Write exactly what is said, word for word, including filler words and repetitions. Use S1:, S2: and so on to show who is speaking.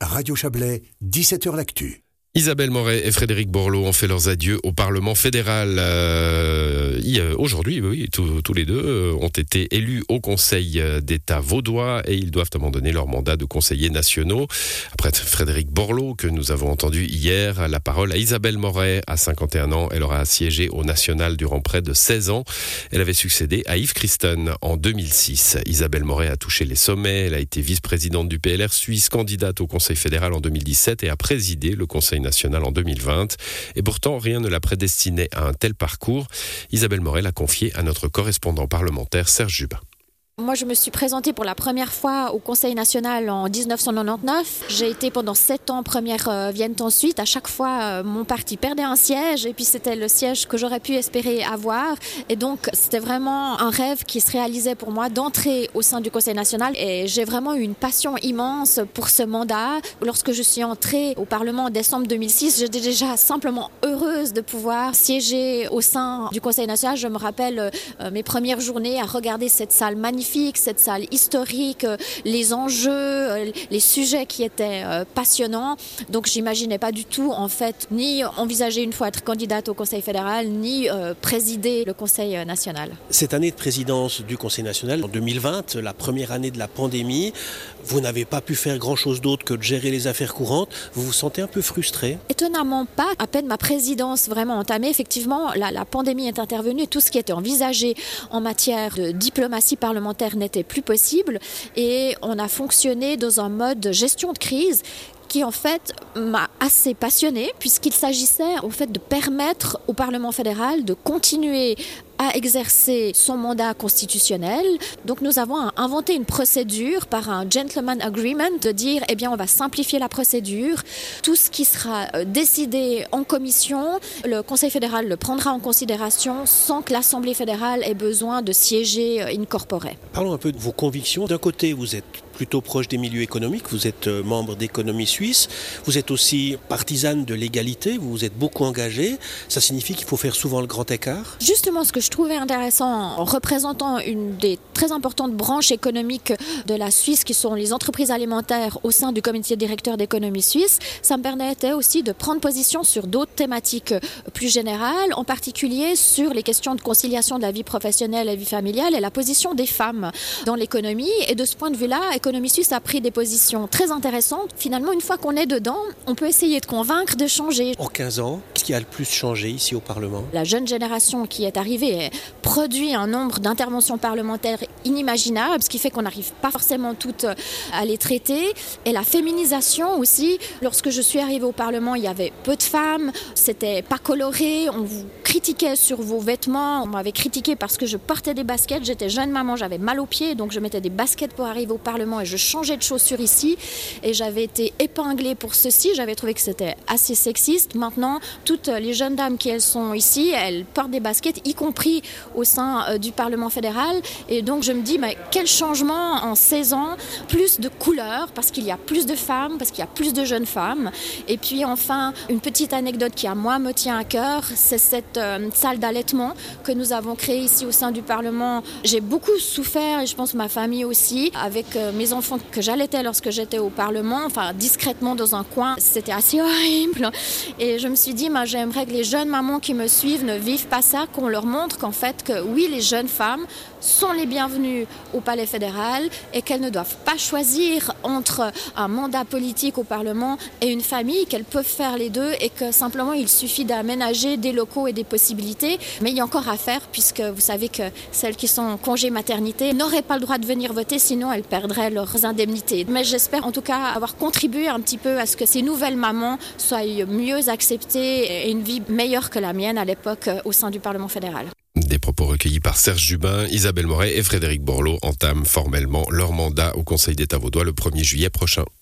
S1: Radio Chablais, dix-sept heures l'actu.
S2: Isabelle Moret et Frédéric Borloo ont fait leurs adieux au Parlement fédéral. Euh, aujourd'hui, oui, tous, tous les deux ont été élus au Conseil d'État vaudois et ils doivent abandonner leur mandat de conseillers nationaux. Après Frédéric Borloo, que nous avons entendu hier, la parole à Isabelle Moret. À cinquante et un ans, elle aura siégé au national durant près de seize ans. Elle avait succédé à Yves Christen en deux mille six. Isabelle Moret a touché les sommets. Elle a été vice-présidente du P L R suisse, candidate au Conseil fédéral en deux mille dix-sept et a présidé le Conseil national en deux mille vingt. Et pourtant, rien ne la prédestinait à un tel parcours. Isabelle Moret l'a confié à notre correspondant parlementaire Serge Jubin.
S3: Moi, je me suis présentée pour la première fois au Conseil national en dix-neuf cent quatre-vingt-dix-neuf. J'ai été pendant sept ans première euh, vienne ensuite. À chaque fois, euh, mon parti perdait un siège et puis c'était le siège que j'aurais pu espérer avoir. Et donc, c'était vraiment un rêve qui se réalisait pour moi d'entrer au sein du Conseil national. Et j'ai vraiment eu une passion immense pour ce mandat. Lorsque je suis entrée au Parlement en décembre deux mille six, j'étais déjà simplement heureuse de pouvoir siéger au sein du Conseil national. Je me rappelle euh, mes premières journées à regarder cette salle magnifique, cette salle historique, les enjeux, les sujets qui étaient passionnants. Donc j'imaginais pas du tout en fait ni envisager une fois être candidate au Conseil fédéral, ni euh, présider le Conseil national.
S4: Cette année de présidence du Conseil national, en deux mille vingt, la première année de la pandémie, vous n'avez pas pu faire grand-chose d'autre que de gérer les affaires courantes. Vous vous sentez un peu frustré?
S3: Étonnamment pas. À peine ma présidence vraiment entamée, effectivement, la, la pandémie est intervenue. Tout ce qui était envisagé en matière de diplomatie parlementaire n'était plus possible et on a fonctionné dans un mode de gestion de crise qui en fait m'a assez passionnée puisqu'il s'agissait en fait de permettre au Parlement fédéral de continuer à exercer son mandat constitutionnel. Donc nous avons inventé une procédure par un gentleman agreement de dire eh bien on va simplifier la procédure. Tout ce qui sera décidé en commission, le Conseil fédéral le prendra en considération sans que l'Assemblée fédérale ait besoin de siéger in corpore.
S4: Parlons un peu de vos convictions. D'un côté, vous êtes plutôt proche des milieux économiques, vous êtes membre d'Économie Suisse, vous êtes aussi partisane de l'égalité, vous vous êtes beaucoup engagée. Ça signifie qu'il faut faire souvent le grand écart?
S3: Justement, ce que je trouvais intéressant en représentant une des très importantes branches économiques de la Suisse, qui sont les entreprises alimentaires au sein du comité directeur d'Économie Suisse, ça me permettait aussi de prendre position sur d'autres thématiques plus générales, en particulier sur les questions de conciliation de la vie professionnelle et la vie familiale et la position des femmes dans l'économie. Et de ce point de vue-là, Économie Suisse a pris des positions très intéressantes. Finalement, une fois qu'on est dedans, on peut essayer de convaincre, de changer.
S4: En quinze ans, qu'est-ce qui a le plus changé ici au Parlement?
S3: La jeune génération qui est arrivée produit un nombre d'interventions parlementaires inimaginables, ce qui fait qu'on n'arrive pas forcément toutes à les traiter. Et la féminisation aussi. Lorsque je suis arrivée au Parlement, il y avait peu de femmes, c'était pas coloré, on vous critiquait sur vos vêtements, on m'avait critiqué parce que je portais des baskets, j'étais jeune maman, j'avais mal aux pieds, donc je mettais des baskets pour arriver au Parlement et je changeais de chaussures ici et j'avais été épinglée pour ceci, j'avais trouvé que c'était assez sexiste. Maintenant, toutes les jeunes dames qui elles sont ici, elles portent des baskets, y compris au sein euh, du Parlement fédéral, et donc je me dis mais quel changement en seize ans, plus de couleurs parce qu'il y a plus de femmes, parce qu'il y a plus de jeunes femmes. Et puis enfin, une petite anecdote qui à moi me tient à cœur, c'est cette euh, salle d'allaitement que nous avons créée ici au sein du Parlement. J'ai beaucoup souffert et je pense ma famille aussi avec euh, mes enfants que j'allaitais lorsque j'étais au Parlement, enfin discrètement dans un coin, c'était assez horrible. Et je me suis dit, moi, j'aimerais que les jeunes mamans qui me suivent ne vivent pas ça, qu'on leur montre qu'en fait, que oui, les jeunes femmes sont les bienvenues au Palais fédéral et qu'elles ne doivent pas choisir entre un mandat politique au Parlement et une famille, qu'elles peuvent faire les deux et que simplement il suffit d'aménager des locaux et des possibilités. Mais il y a encore à faire puisque vous savez que celles qui sont en congé maternité n'auraient pas le droit de venir voter, sinon elles perdraient leurs indemnités. Mais j'espère en tout cas avoir contribué un petit peu à ce que ces nouvelles mamans soient mieux acceptées et une vie meilleure que la mienne à l'époque au sein du Parlement fédéral.
S2: Des propos recueillis par Serge Jubin, Isabelle Moret et Frédéric Borloo entament formellement leur mandat au Conseil d'État vaudois le premier juillet prochain.